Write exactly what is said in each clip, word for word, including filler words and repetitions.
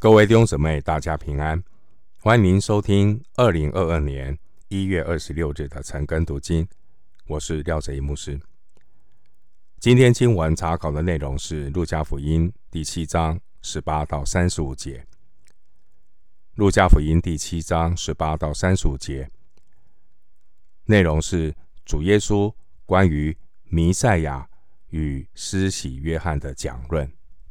各位弟兄姊妹，大家平安，欢迎您收听二零二二年一月二十六日的晨更读经，我是廖哲一牧师。今天经文查考的内容是路加福音第七章十八到三十五节。路加福音第七章十八到三十五节，内容是主耶稣关于弥赛亚与施洗约翰的讲论。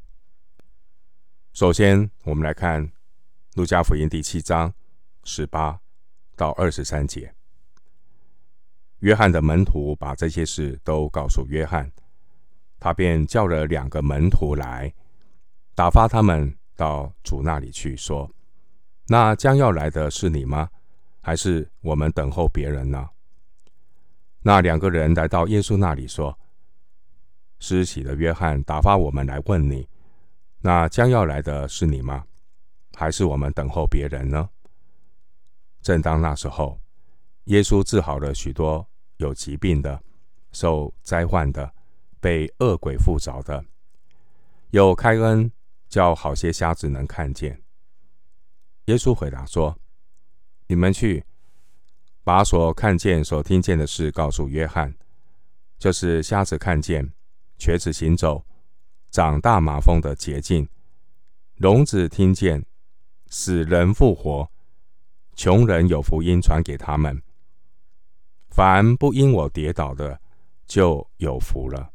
首先，我们来看路加福音第七章十八到二十三节。约翰的门徒把这些事都告诉约翰，他便叫了两个门徒来，打发他们到主那里去，说：那将要来的是你吗？还是我们等候别人呢？那两个人来到耶稣那里说：施洗的约翰打发我们来问你，那将要来的是你吗？还是我们等候别人呢？正当那时候，耶稣治好了许多有疾病的、受灾患的、被恶鬼附着的，有开恩叫好些瞎子能看见。耶稣回答说：你们去，把所看见、所听见的事告诉约翰，就是瞎子看见，瘸子行走，长大麻风的洁净，聋子听见，死人复活，穷人有福音传给他们。凡不因我跌倒的，就有福了。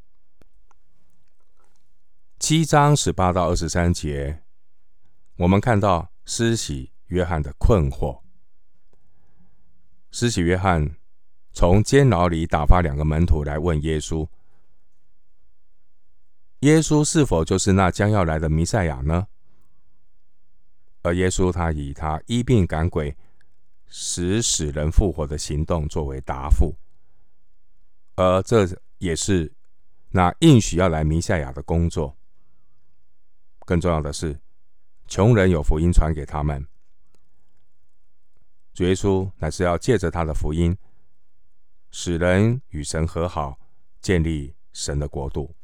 七章十八到二十三节，我们看到施洗约翰的困惑。施洗约翰从监牢里打发两个门徒来问耶稣，耶稣是否就是那将要来的弥赛亚呢？而耶稣他以他医病赶鬼、使死人复活的行动作为答复，而这也是那应许要来弥赛亚的工作。更重要的是，穷人有福音传给他们。主耶稣乃是要借着他的福音，使人与神和好，建立神的国度。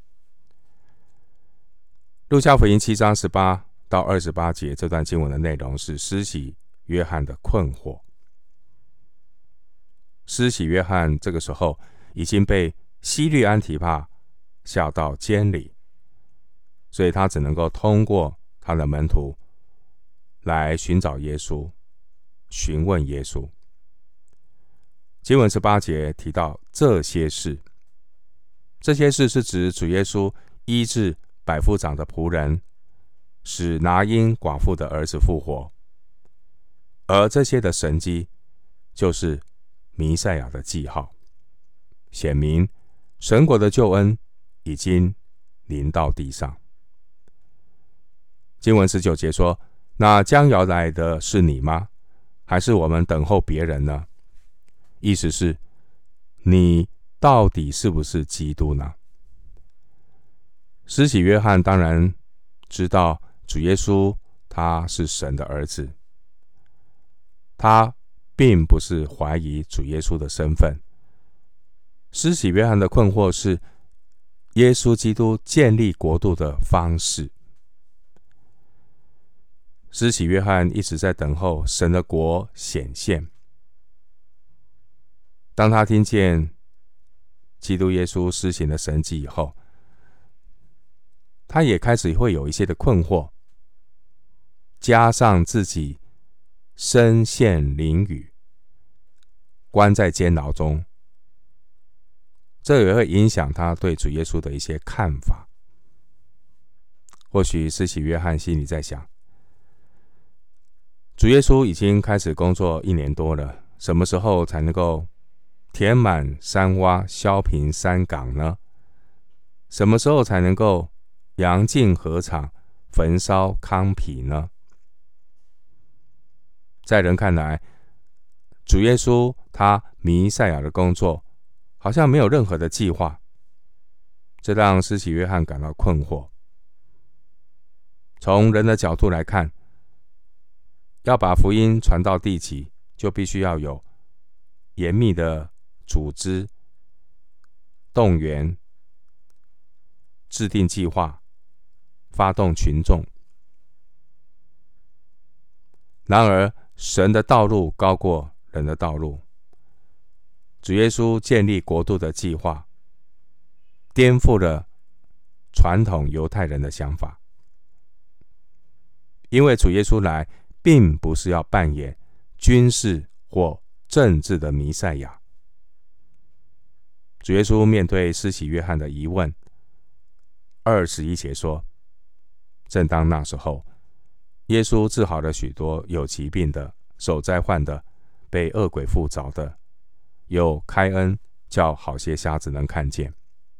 路加福音七章十八到二十八节，这段经文的内容是施洗约翰的困惑。施洗约翰这个时候已经被西律安提帕下到监里，所以他只能够通过他的门徒来寻找耶稣，询问耶稣。经文十八节提到这些事，这些事是指主耶稣医治百夫长的仆人，使拿因寡妇的儿子复活，而这些的神迹就是弥赛亚的记号，显明神国的救恩已经临到地上。经文十九节说：那将要来的是你吗？还是我们等候别人呢？意思是，你到底是不是基督呢？施洗约翰当然知道主耶稣他是神的儿子，他并不是怀疑主耶稣的身份。施洗约翰的困惑是耶稣基督建立国度的方式。施洗约翰一直在等候神的国显现。当他听见基督耶稣施行的神迹以后，他也开始会有一些的困惑，加上自己身陷囹圄，关在监牢中，这也会影响他对主耶稣的一些看法。或许施洗约翰心里在想，主耶稣已经开始工作一年多了，什么时候才能够填满山洼、削平山岗呢？什么时候才能够扬尽禾场、焚烧糠皮呢？在人看来，主耶稣他弥赛亚的工作好像没有任何的计划，这让施洗约翰感到困惑。从人的角度来看，要把福音传到地极，就必须要有严密的组织、动员、制定计划、发动群众。 然而，神的道路高过人的道路。主耶稣建立国度的计划，颠覆了传统犹太人的想法。因为主耶稣来，并不是要扮演军事或政治的弥赛亚。主耶稣面对施洗约翰的疑问，二十一节说：正当那时候，耶稣治好了许多有疾病的、受灾患的、被恶鬼附着的，又开恩叫好些瞎子能看见。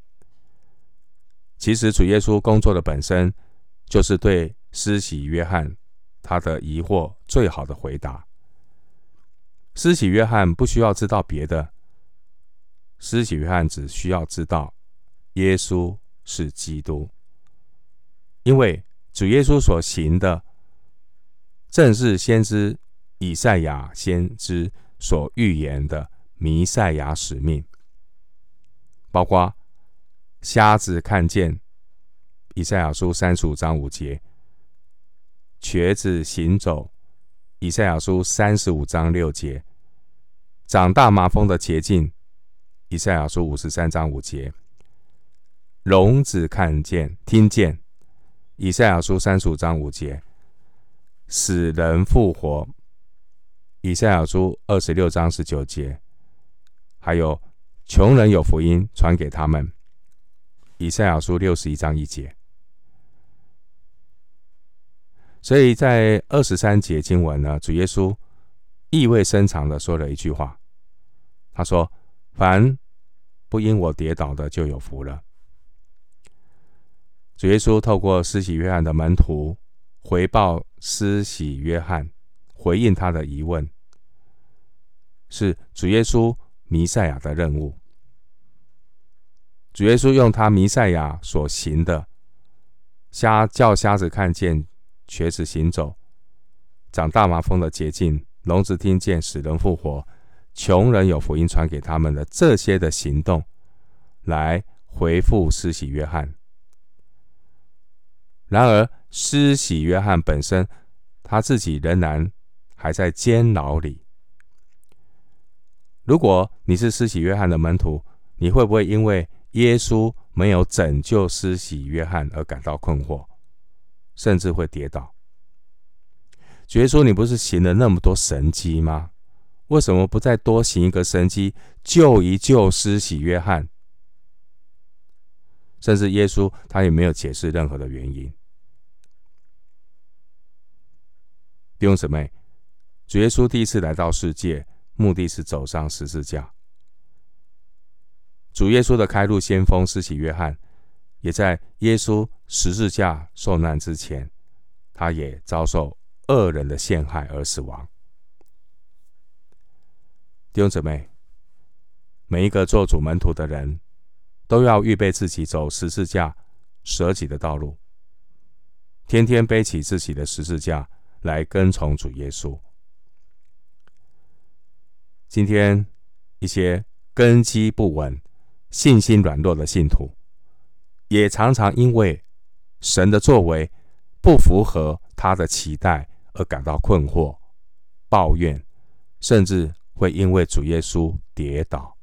其实主耶稣工作的本身，就是对施洗约翰他的疑惑最好的回答。施洗约翰不需要知道别的，施洗约翰只需要知道耶稣是基督，因为主耶稣所行的，正是先知以赛亚先知所预言的弥赛亚使命，包括瞎子看见，以赛亚书三十五章五节；瘸子行走，以赛亚书三十五章六节；长大麻风的洁净，以赛亚书五十三章五节；聋子看见、听见，以赛亚书三十五章五节；死人复活，以赛亚书二十六章十九节；还有穷人有福音传给他们，以赛亚书六十一章一节。所以在二十三节经文呢，主耶稣意味深长的说了一句话，他说：凡不因我跌倒的就有福了。主耶稣透过施洗约翰的门徒回报施洗约翰，回应他的疑问，是主耶稣弥赛亚的任务。主耶稣用他弥赛亚所行的，瞎叫瞎子看见，瘸子行走，长大麻风的洁净，聋子听见，死人复活，穷人有福音传给他们的这些的行动，来回复施洗约翰。然而施洗约翰本身，他自己仍然还在监牢里。如果你是施洗约翰的门徒，你会不会因为耶稣没有拯救施洗约翰而感到困惑，甚至会跌倒？主耶稣，你不是行了那么多神迹吗？为什么不再多行一个神迹，救一救施洗约翰？甚至耶稣他也没有解释任何的原因。弟兄姊妹，主耶稣第一次来到世界，目的是走上十字架。主耶稣的开路先锋施洗约翰，也在耶稣十字架受难之前，他也遭受恶人的陷害而死亡。弟兄姊妹，每一个做主门徒的人，都要预备自己走十字架舍己的道路，天天背起自己的十字架来跟从主耶稣。今天一些根基不稳、信心软弱的信徒，也常常因为神的作为不符合他的期待而感到困惑、抱怨，甚至会因为主耶稣跌倒。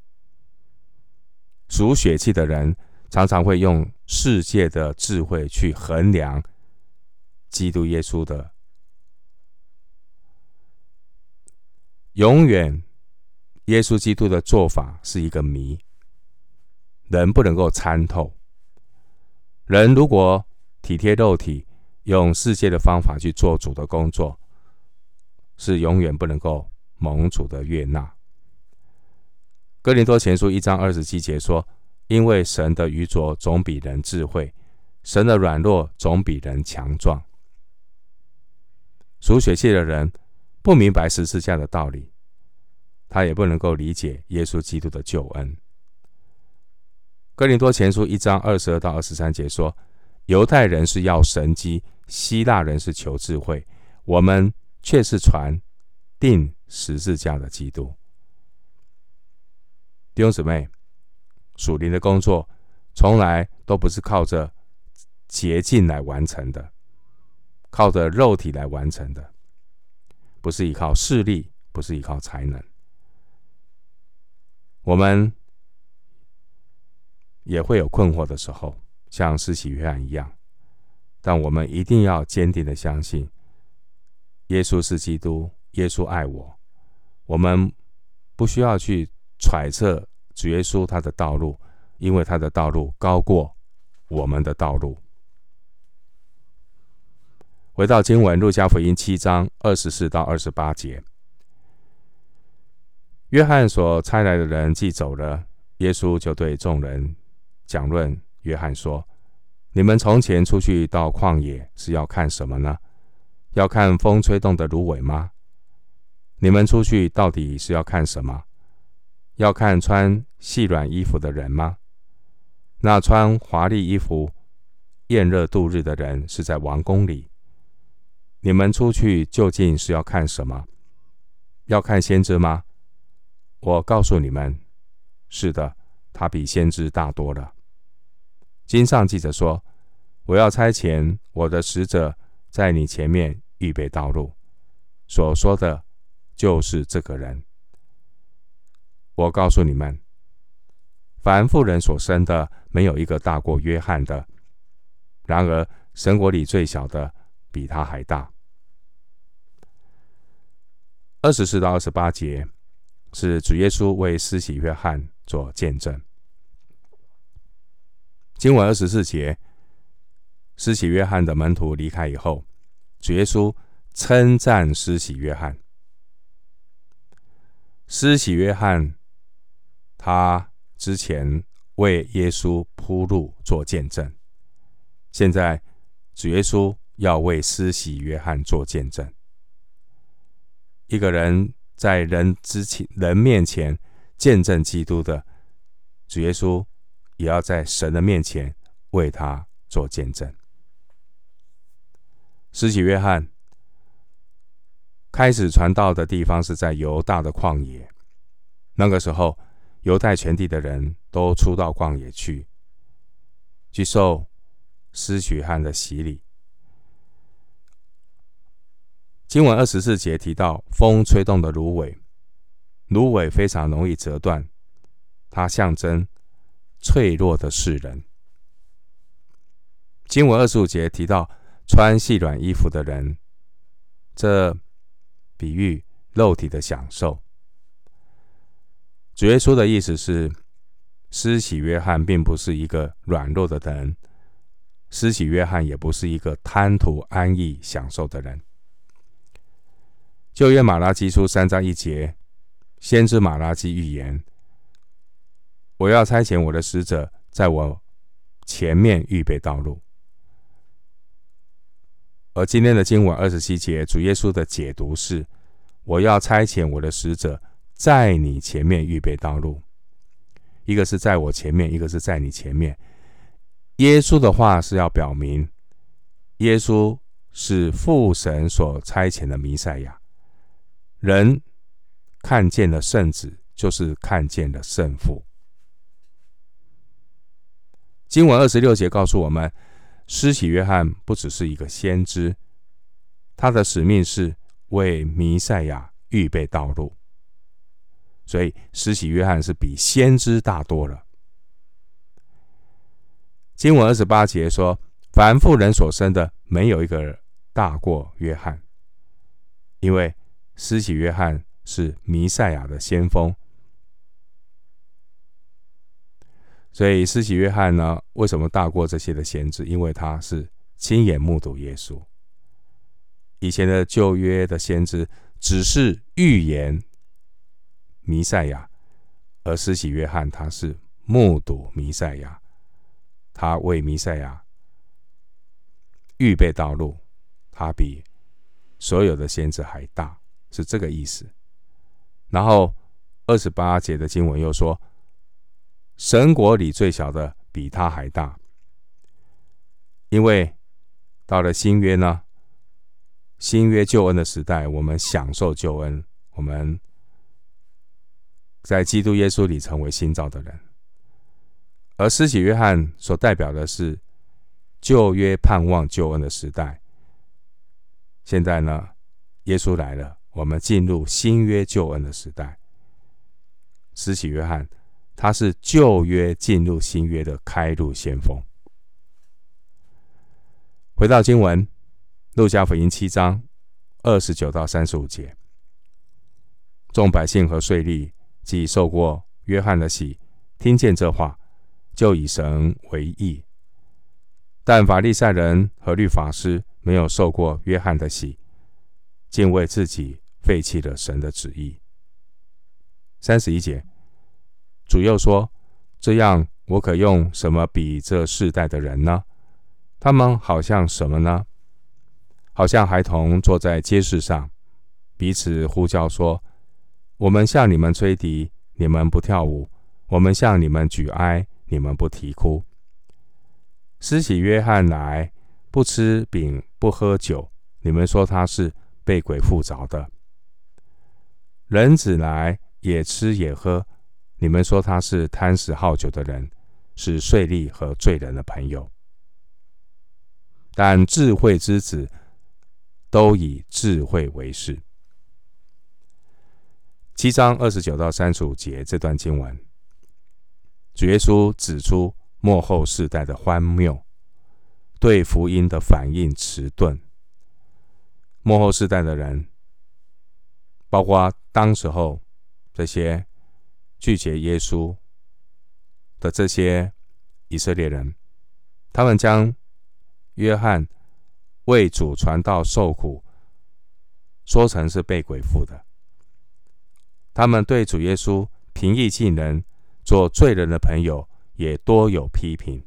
属血气的人常常会用世界的智慧去衡量基督耶稣的，永远耶稣基督的做法是一个谜，人不能够参透。人如果体贴肉体，用世界的方法去做主的工作，是永远不能够蒙主的悦纳。哥林多前书一章二十七节说：因为神的愚拙总比人智慧，神的软弱总比人强壮。属血气的人不明白十字架的道理，他也不能够理解耶稣基督的救恩。哥林多前书一章二十二到二十三节说：犹太人是要神迹，希腊人是求智慧，我们却是传钉十字架的基督。弟兄姊妹，属灵的工作从来都不是靠着捷径来完成的，靠着肉体来完成的。 不是依靠势力，不是依靠才能。我们也会有困惑的时候，像施洗约翰一样，但我们一定要坚定的相信，耶稣是基督，耶稣爱我。我们不需要去揣测主耶稣他的道路，因为他的道路高过我们的道路。回到经文，路加福音七章二十四到二十八节，约翰所差来的人既走了，耶稣就对众人讲论约翰说：你们从前出去到旷野是要看什么呢？要看风吹动的芦苇吗？你们出去到底是要看什么？要看穿细软衣服的人吗？那穿华丽衣服炎热度日的人是在王宫里。你们出去究竟是要看什么？要看先知吗？我告诉你们，是的，他比先知大多了。经上记着说：我要差遣我的使者在你前面预备道路。所说的就是这个人。我告诉你们，凡妇人所生的，没有一个大过约翰的。然而神国里最小的比他还大。二十四到二十八节是主耶稣为施洗约翰做见证。经文二十四节，施洗约翰的门徒离开以后，主耶稣称赞施洗约翰。施洗约翰他之前为耶稣铺路做见证，现在主耶稣要为施洗约翰做见证。一个人在人之前人面前见证基督的，主耶稣也要在神的面前为他做见证。施洗约翰开始传道的地方是在犹大的旷野，那个时候犹太全地的人都出到旷野去，去受施洗约翰的洗礼。经文二十四节提到风吹动的芦苇，芦苇非常容易折断，它象征脆弱的世人。经文二十五节提到穿细软衣服的人，这比喻肉体的享受。主耶稣的意思是，施洗约翰并不是一个软弱的人，施洗约翰也不是一个贪图安逸享受的人。旧约马拉基书三章一节，先知马拉基预言：我要差遣我的使者在我前面预备道路。而今天的经文二十七节，主耶稣的解读是：我要差遣我的使者在你前面预备道路。一个是在我前面，一个是在你前面。耶稣的话是要表明，耶稣是父神所差遣的弥赛亚。人看见了圣子，就是看见了圣父。经文二十六节告诉我们，施洗约翰不只是一个先知，他的使命是为弥赛亚预备道路。所以施洗约翰是比先知大多了。经文二十八节说，凡妇人所生的，没有一个大过约翰，因为施洗约翰是弥赛亚的先锋。所以施洗约翰呢，为什么大过这些的先知？因为他是亲眼目睹耶稣。以前的旧约的先知只是预言弥赛亚，而施洗约翰他是目睹弥赛亚，他为弥赛亚预备道路，他比所有的先知还大，是这个意思。然后二十八节的经文又说，神国里最小的比他还大。因为到了新约呢，新约救恩的时代，我们享受救恩，我们在基督耶稣里成为新造的人。而施洗约翰所代表的是旧约盼望救恩的时代。现在呢，耶稣来了， 我们进入新约救恩的时代。施洗约翰他是旧约进入新约的开路先锋。回到经文，路加福音七章二十九到三十五节，众百姓和税吏既受过约翰的洗，听见这话，就以神为义。但法利赛人和律法师没有受过约翰的洗，竟为自己废弃了神的旨意。三十一节，主又说：这样我可用什么比这世代的人呢？他们好像什么呢？好像孩童坐在街市上，彼此呼叫说：我们向你们吹笛，你们不跳舞；我们向你们举哀，你们不啼哭。施洗约翰来，不吃饼不喝酒，你们说他是被鬼附着的；人子来，也吃也喝，你们说他是贪食好酒的人，是税吏和罪人的朋友。但智慧之子都以智慧为事。七章二十九到三十五节这段经文，主耶稣指出末后世代的荒谬，对福音的反应迟钝。末后世代的人，包括当时候这些拒绝耶稣的这些以色列人，他们将约翰为主传道受苦说成是被鬼附的。他们对主耶稣平易近人，做罪人的朋友也多有批评。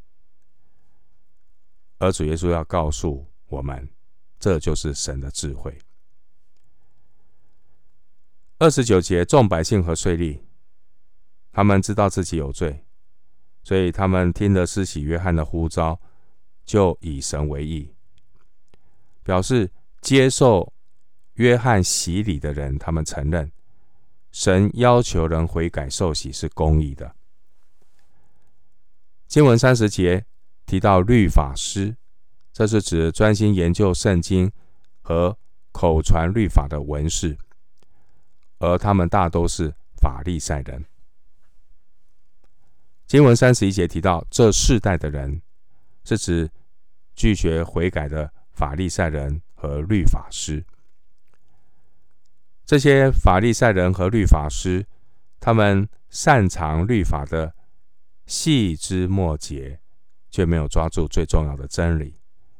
而主耶稣要告诉我们，这就是神的智慧。二十九节，众百姓和税吏，他们知道自己有罪，所以他们听了施洗约翰的呼召，就以神为义，表示接受约翰洗礼的人，他们承认神要求人悔改受洗是公义的。经文三十节提到律法师，这是指专心研究圣经和口传律法的文士，而他们大都是法利赛人。经文三十一节提到这世代的人，是指拒绝悔改的法利赛人和律法师。这些法利赛人和律法师，他们擅长律法的细枝末节，却没有抓住最重要的真理。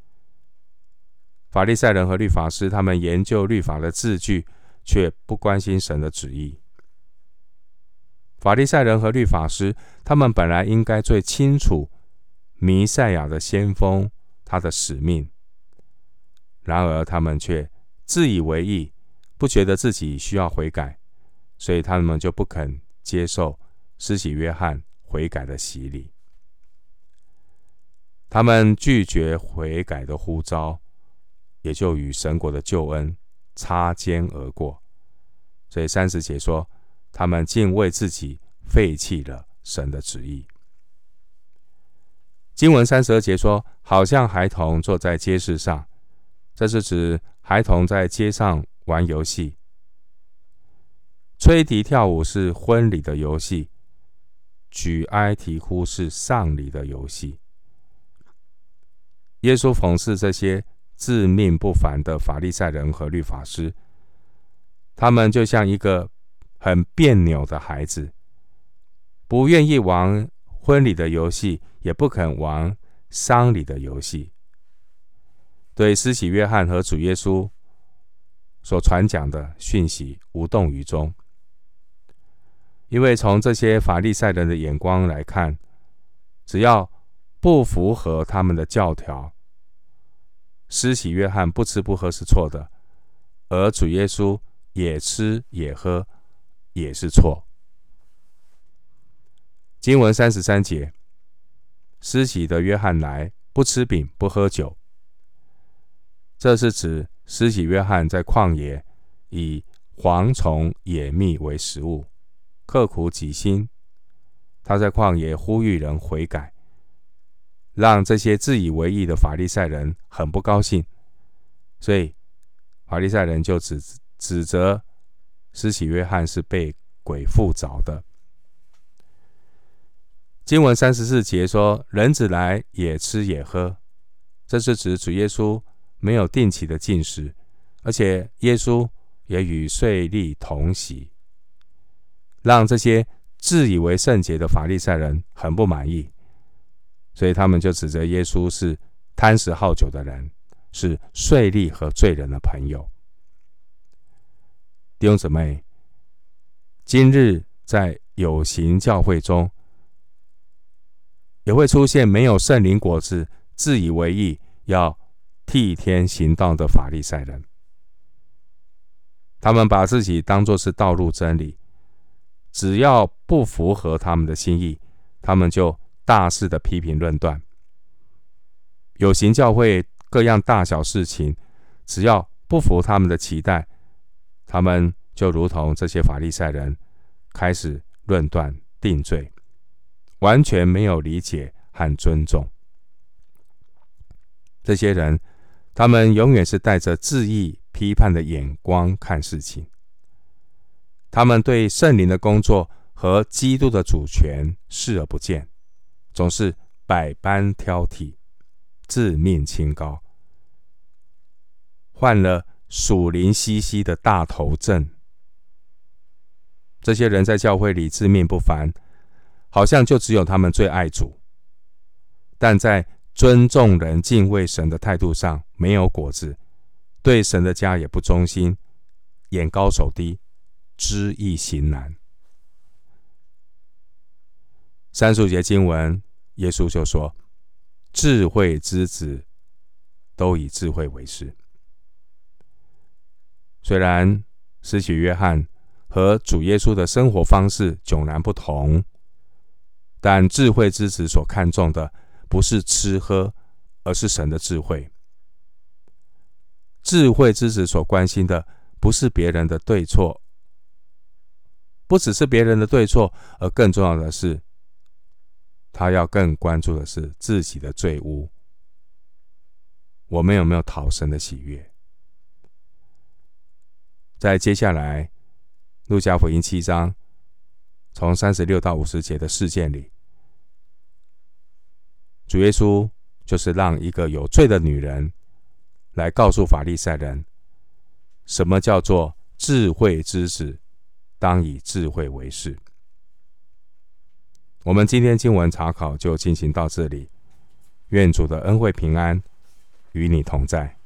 法利赛人和律法师，他们研究律法的字句，却不关心神的旨意。法利赛人和律法师，他们本来应该最清楚弥赛亚的先锋他的使命，然而他们却自以为义，不觉得自己需要悔改，所以他们就不肯接受施洗约翰悔改的洗礼。他们拒绝悔改的呼召，也就与神国的救恩擦肩而过。所以三十节说，他们竟为自己废弃了神的旨意。经文三十二节说，好像孩童坐在街市上，这是指孩童在街上玩游戏。吹笛跳舞是婚礼的游戏，举哀啼哭是丧礼的游戏。耶稣讽刺这些自命不凡的法利赛人和律法师，他们就像一个很别扭的孩子，不愿意玩婚礼的游戏，也不肯玩丧礼的游戏。对施洗约翰和主耶稣所传讲的讯息无动于衷，因为从这些法利赛人的眼光来看，只要不符合他们的教条，施洗约翰不吃不喝是错的，而主耶稣也吃也喝也是错。经文三十三节，施洗的约翰来，不吃饼不喝酒，这是指施洗约翰在旷野以蝗虫野蜜为食物，刻苦己心。他在旷野呼吁人悔改，让这些自以为义的法利赛人很不高兴，所以法利赛人就指指责施洗约翰是被鬼附着的。经文三十四节说，人子来也吃也喝，这是指主耶稣没有定期的禁食，而且耶稣也与税吏同席，让这些自以为圣洁的法利赛人很不满意，所以他们就指责耶稣是贪食好酒的人，是税吏和罪人的朋友。弟兄姊妹，今日在有形教会中，也会出现没有圣灵果子、自以为义、要替天行道的法利赛人。他们把自己当作是道路真理，只要不符合他们的心意，他们就大肆的批评论断。有形教会各样大小事情，只要不符他们的期待，他们就如同这些法利赛人，开始论断定罪，完全没有理解和尊重。这些人，他们永远是带着质疑批判的眼光看事情，他们对圣灵的工作和基督的主权视而不见，总是百般挑剔，自命清高，患了属灵兮兮的大头症。这些人在教会里自命不凡，好像就只有他们最爱主，但在尊重人、敬畏神的态度上没有果子，对神的家也不忠心，眼高手低，知易行难。三十五节经文，耶稣就说：智慧之子都以智慧为事。虽然施洗约翰和主耶稣的生活方式迥然不同，但智慧之子所看重的不是吃喝，而是神的智慧。智慧之子所关心的不是别人的对错，不只是别人的对错，而更重要的是，他要更关注的是自己的罪污。我们有没有讨神的喜悦？在接下来路加福音七章从三十六到五十节的事件里，主耶稣就是让一个有罪的女人来告诉法利赛人，什么叫做智慧之子当以智慧为事。我们今天经文查考就进行到这里，愿主的恩惠平安与你同在。